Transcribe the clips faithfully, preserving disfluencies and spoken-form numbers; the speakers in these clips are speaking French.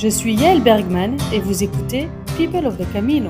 Je suis Yael Bergman et vous écoutez People of the Camino.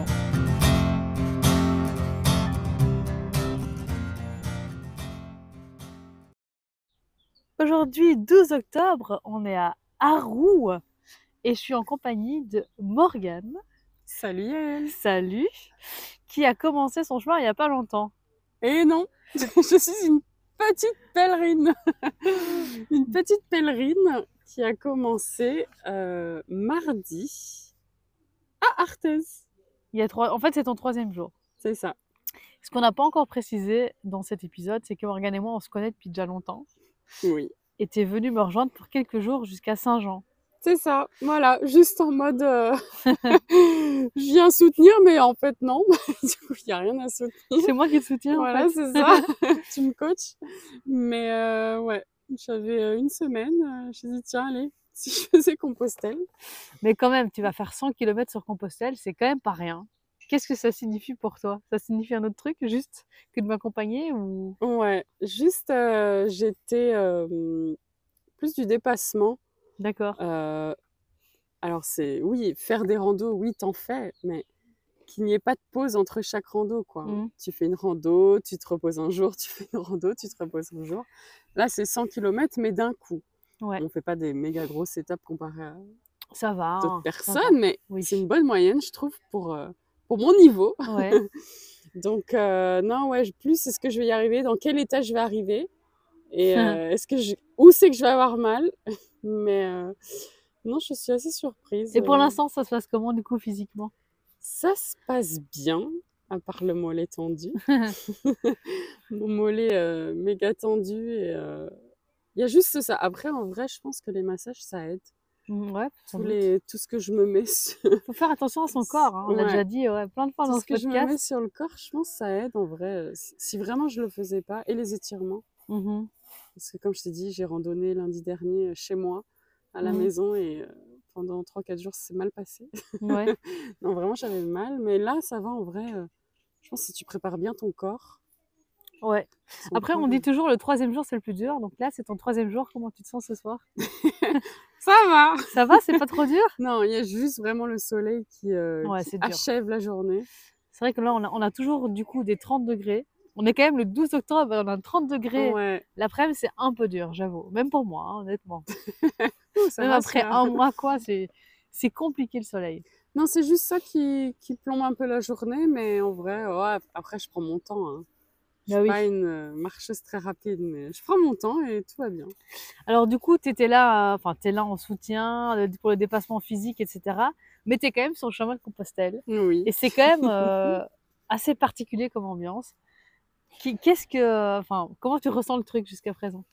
Aujourd'hui, douze octobre, on est à Arroux et je suis en compagnie de Morgane. Salut Yael. Salut, qui a commencé son chemin il n'y a pas longtemps. Et non, je suis une petite pèlerine. Une petite pèlerine qui a commencé euh, mardi à Arthez. Il y a trois... En fait, c'est ton troisième jour. C'est ça. Ce qu'on n'a pas encore précisé dans cet épisode, c'est que Morgane et moi, on se connaît depuis déjà longtemps. Oui. Et tu es venue me rejoindre pour quelques jours jusqu'à Saint-Jean. C'est ça, voilà, juste en mode euh, je viens soutenir, mais en fait non, du coup il n'y a rien à soutenir. C'est moi qui te soutiens. Voilà, en fait. c'est ça, tu me coaches. Mais euh, ouais, j'avais une semaine, euh, je me suis dit tiens, allez, si je faisais Compostelle. Mais quand même, tu vas faire cent kilomètres sur Compostelle, c'est quand même pas rien. Qu'est-ce que ça signifie pour toi? Ça signifie un autre truc, juste que de m'accompagner ou... Ouais, juste euh, j'étais euh, plus du dépassement. D'accord. Euh, alors c'est, oui, faire des randos, oui, t'en fais, mais qu'il n'y ait pas de pause entre chaque rando, quoi. Mmh. Tu fais une rando, tu te reposes un jour, tu fais une rando, tu te reposes un jour. Là, c'est cent kilomètres, mais d'un coup. Ouais. On fait pas des méga grosses étapes comparées à Ça va. d'autres hein, personnes, ça va. mais Oui. c'est une bonne moyenne, je trouve, pour, euh, pour mon niveau. Ouais. Donc, euh, non, ouais, plus est-ce que je vais y arriver, dans quel état je vais arriver, et euh, est-ce que je... où c'est que je vais avoir mal. Mais euh, non, je suis assez surprise. Et pour l'instant, ça se passe comment du coup physiquement? Ça se passe bien, à part le mollet tendu. Mon mollet euh, méga tendu. Et euh, il y a juste ça. Après, en vrai, je pense que les massages, ça aide. Mmh, ouais, sans Tous doute. les, tout ce que je me mets sur... Faut faire attention à son corps, hein, on l'a Ouais. déjà dit ouais, plein de fois Tout dans ce ce que je me podcast. mets sur le corps, je pense que ça aide en vrai. Si vraiment je le faisais pas. Et les étirements. Mmh. Parce que comme je t'ai dit, j'ai randonné lundi dernier chez moi, à la Mmh. maison, et euh, pendant trois quatre jours, c'est mal passé. Ouais. Non, vraiment, j'avais mal. Mais là, ça va en vrai. euh, Je pense que si tu prépares bien ton corps. Ouais. son Après, on corps, dit toujours le troisième jour, c'est le plus dur. Donc là, c'est ton troisième jour. Comment tu te sens ce soir? Ça va. Ça va, c'est pas trop dur? Non, il y a juste vraiment le soleil qui, euh, Ouais, qui c'est dur. achève la journée. C'est vrai que là, on a, on a toujours du coup des trente degrés. On est quand même le douze octobre, on a trente degrés. Ouais. L'après-midi, c'est un peu dur, j'avoue. Même pour moi, hein, honnêtement. Ouh, ça Même va, après ça. un mois, quoi, c'est c'est compliqué le soleil. Non, c'est juste ça qui, qui plombe un peu la journée, mais en vrai, ouais, après, je prends mon temps. Hein. Je Bah suis oui. pas une euh, marcheuse très rapide, mais je prends mon temps et tout va bien. Alors du coup, tu étais là, enfin, tu es là en soutien euh, pour le dépassement physique, et cetera. Mais tu es quand même sur le chemin de Compostelle. Oui. Et c'est quand même euh, assez particulier comme ambiance. Qui- Qu'est-ce que, enfin, comment tu ressens le truc jusqu'à présent?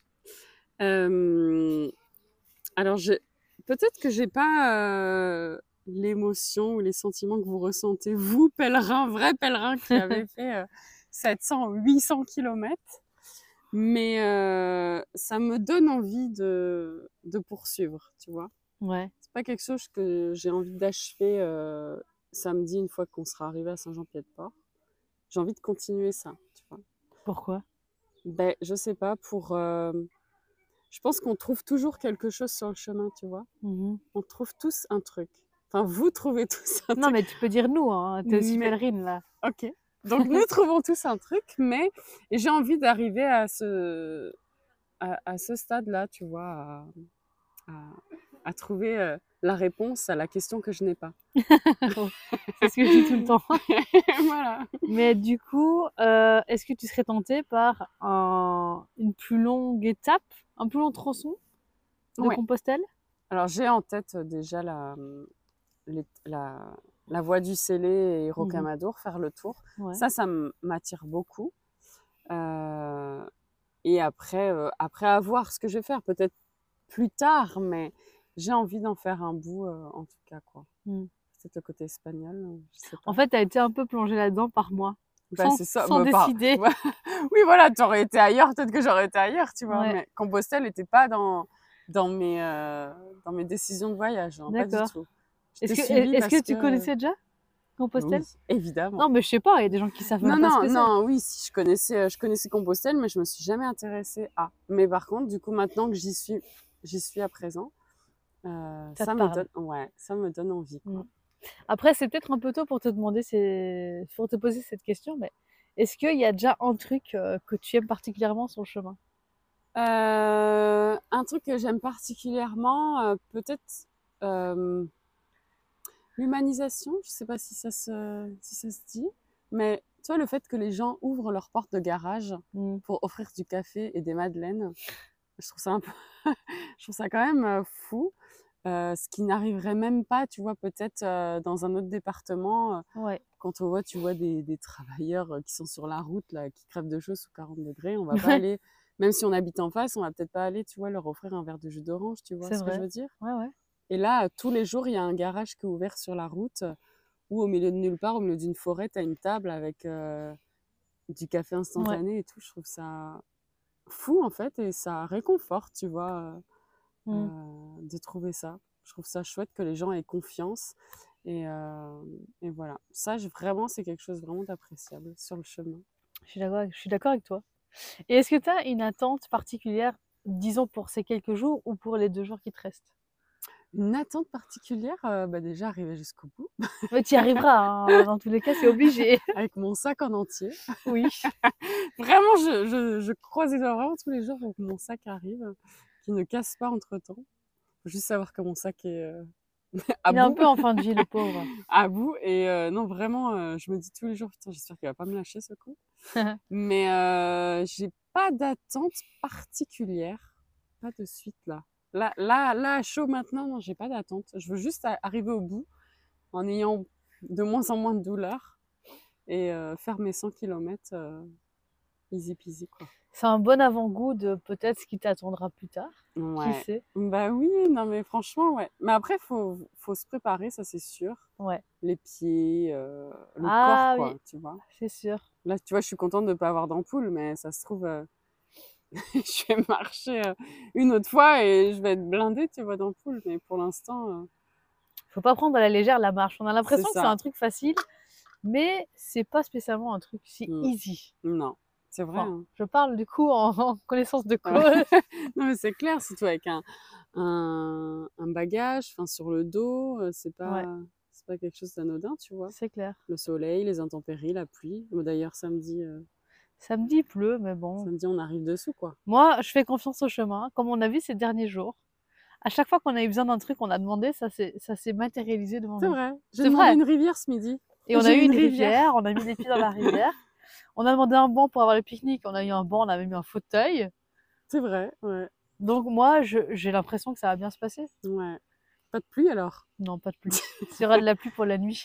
Euh, alors, je... peut-être que j'ai pas euh, l'émotion ou les sentiments que vous ressentez, vous, pèlerins, vrais pèlerins qui avez fait euh, sept cents ou huit cents kilomètres. Mais euh, ça me donne envie de, de poursuivre, tu vois. Ouais. C'est pas quelque chose que j'ai envie d'achever euh, samedi une fois qu'on sera arrivé à Saint-Jean-Pied-de-Port. J'ai envie de continuer ça, tu vois. Pourquoi? Ben, je sais pas, pour... euh, je pense qu'on trouve toujours quelque chose sur le chemin, tu vois. Mhm. On trouve tous un truc. Enfin, vous trouvez tous un Non, truc. mais tu peux dire nous, hein. T'es aussi Mais- pèlerine là. Ok. Donc, nous trouvons tous un truc, mais et j'ai envie d'arriver à ce, à, à ce stade-là, tu vois, à, à, à trouver euh, la réponse à la question que je n'ai pas. C'est ce que je dis tout le temps. Voilà. Mais du coup, euh, est-ce que tu serais tentée par un- une plus longue étape, un plus long tronçon de Ouais. Compostelle? Alors, j'ai en tête euh, déjà la, les- la, la voie du Célé et Rocamadour, faire le tour. Ouais. Ça, ça m- m'attire beaucoup. Euh, et après, euh, après, à voir ce que je vais faire, peut-être plus tard, mais j'ai envie d'en faire un bout, euh, en tout cas, quoi. Mm. Peut-être le côté espagnol, euh, je sais pas. En fait, tu as été un peu plongée là-dedans par moi, Bah, sans, c'est ça, sans bah, par- décider. Ouais. Oui, voilà, tu aurais été ailleurs, peut-être que j'aurais été ailleurs, tu vois. Ouais. Mais Compostelle n'était pas dans, dans, mes, euh, dans mes décisions de voyage, hein, pas du D'accord. tout. Je Est-ce t'ai que, suivi est-ce que parce tu connaissais déjà Compostelle? Oui, évidemment. Non, mais je sais pas, il y a des gens qui savent Non, même pas ce non, que c'est. non, oui, si, je connaissais, euh, je connaissais Compostelle, mais je me suis jamais intéressée à. Mais par contre, du coup, maintenant que j'y suis, j'y suis à présent, Euh, Ça ça te me parle. donne, ouais, ça me donne envie, Mmh. quoi. Après, c'est peut-être un peu tôt pour te demander ces pour te poser cette question, mais est-ce qu'il y a déjà un truc, heu, que tu aimes particulièrement sur le chemin? Euh, un truc que j'aime particulièrement, euh, peut-être euh, l'humanisation. Je sais pas si ça se, si ça se dit, mais tu vois, le fait que les gens ouvrent leurs portes de garage Mmh. pour offrir du café et des madeleines, je trouve ça un peu, je trouve ça quand même euh, fou. Euh, ce qui n'arriverait même pas, tu vois, peut-être euh, dans un autre département. euh, Ouais. Quand on voit, tu vois, des, des travailleurs euh, qui sont sur la route, là, qui crèvent de chaud sous quarante degrés, on va pas Ouais, aller, même si on habite en face, on va peut-être pas aller, tu vois, leur offrir un verre de jus d'orange, tu vois c'est ce que je vrai. veux dire? Ouais, ouais. Et là, euh, tous les jours, il y a un garage qui est ouvert sur la route, euh, ou au milieu de nulle part, au milieu d'une forêt, tu as une table avec euh, du café Ouais. instantané et tout. Je trouve ça fou, en fait, et ça réconforte, tu vois, euh, Mmh. euh, de trouver ça. Je trouve ça chouette que les gens aient confiance. Et, euh, et voilà. Ça, je- vraiment, c'est quelque chose vraiment d'appréciable sur le chemin. Je suis d'accord avec je suis d'accord avec toi. Et est-ce que tu as une attente particulière, disons pour ces quelques jours ou pour les deux jours qui te restent? Une attente particulière, euh, bah déjà arriver jusqu'au bout, Ouais, tu y arriveras, hein, dans tous les cas, c'est obligé. avec mon sac en entier. Oui. Vraiment, je, je, je croise les doigts vraiment tous les jours pour que mon sac arrive, qu'il ne casse pas entre-temps. Faut juste savoir que mon sac est euh, à Il est un bout, peu en fin de vie, le pauvre. à bout. Et euh, non, vraiment, euh, je me dis tous les jours, putain, j'espère qu'il va pas me lâcher ce con. Mais euh, j'ai pas d'attente particulière, pas de suite là. Là, là, là, à chaud maintenant, non, j'ai pas d'attente. Je veux juste a- arriver au bout en ayant de moins en moins de douleur et euh, faire mes cent kilomètres euh, easy peasy, quoi. C'est un bon avant-goût de peut-être ce qui t'attendra plus tard. Qui Ouais. sait? Bah oui, non mais franchement, ouais. Mais après, faut, faut se préparer, ça c'est sûr. Ouais. Les pieds, euh, le corps, Ah oui, quoi, tu vois. c'est sûr. Là, tu vois, je suis contente de ne pas avoir d'ampoule, mais ça se trouve, euh, je vais marcher euh, une autre fois et je vais être blindée, tu vois, d'ampoule. Mais pour l'instant, euh, Faut pas prendre à la légère la marche. On a c'est l'impression que c'est ça. un truc facile, mais c'est pas spécialement un truc si Mm. easy. Non, c'est vrai, Enfin, hein. je parle du coup en, en connaissance de Ouais. cause. Non, mais c'est clair, surtout avec un, un, un bagage, enfin, sur le dos, euh, c'est Ouais, pas, c'est pas quelque chose d'anodin, tu vois. c'est clair. Le soleil, les intempéries, la pluie. Bon, d'ailleurs, samedi, euh, Samedi, il pleut, mais bon. samedi, on arrive dessous, quoi. Moi, je fais confiance au chemin. Comme on a vu ces derniers jours, à chaque fois qu'on a eu besoin d'un truc, on a demandé, ça s'est, ça s'est matérialisé devant C'est nous. vrai. J'ai C'est demandé vrai. une rivière ce midi. Et Et on a j'ai eu eu une une rivière. rivière, on a mis les pieds dans la rivière. On a demandé un banc pour avoir le pique-nique, on a eu un banc, on a même eu un fauteuil. C'est vrai, ouais. Donc moi, je, j'ai l'impression que ça va bien se passer. Ouais. Pas de pluie alors. Non, pas de pluie. Il y aura de la pluie pour la nuit.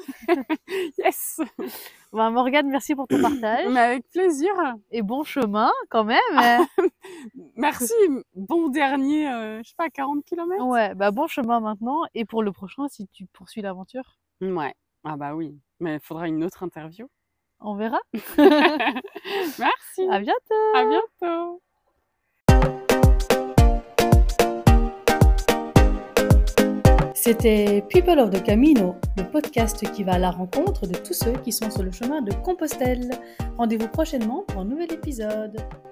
Yes. Ben, Morgane, merci pour ton partage. Mais avec plaisir. Et bon chemin quand même. Merci. Bon dernier, euh, je sais pas, quarante kilomètres. Ouais, bah bon chemin maintenant. Et pour le prochain, si tu poursuis l'aventure, Ouais. Ah bah oui. Mais il faudra une autre interview. on verra. Merci. À bientôt. À bientôt. C'était People of the Camino, le podcast qui va à la rencontre de tous ceux qui sont sur le chemin de Compostelle. Rendez-vous prochainement pour un nouvel épisode.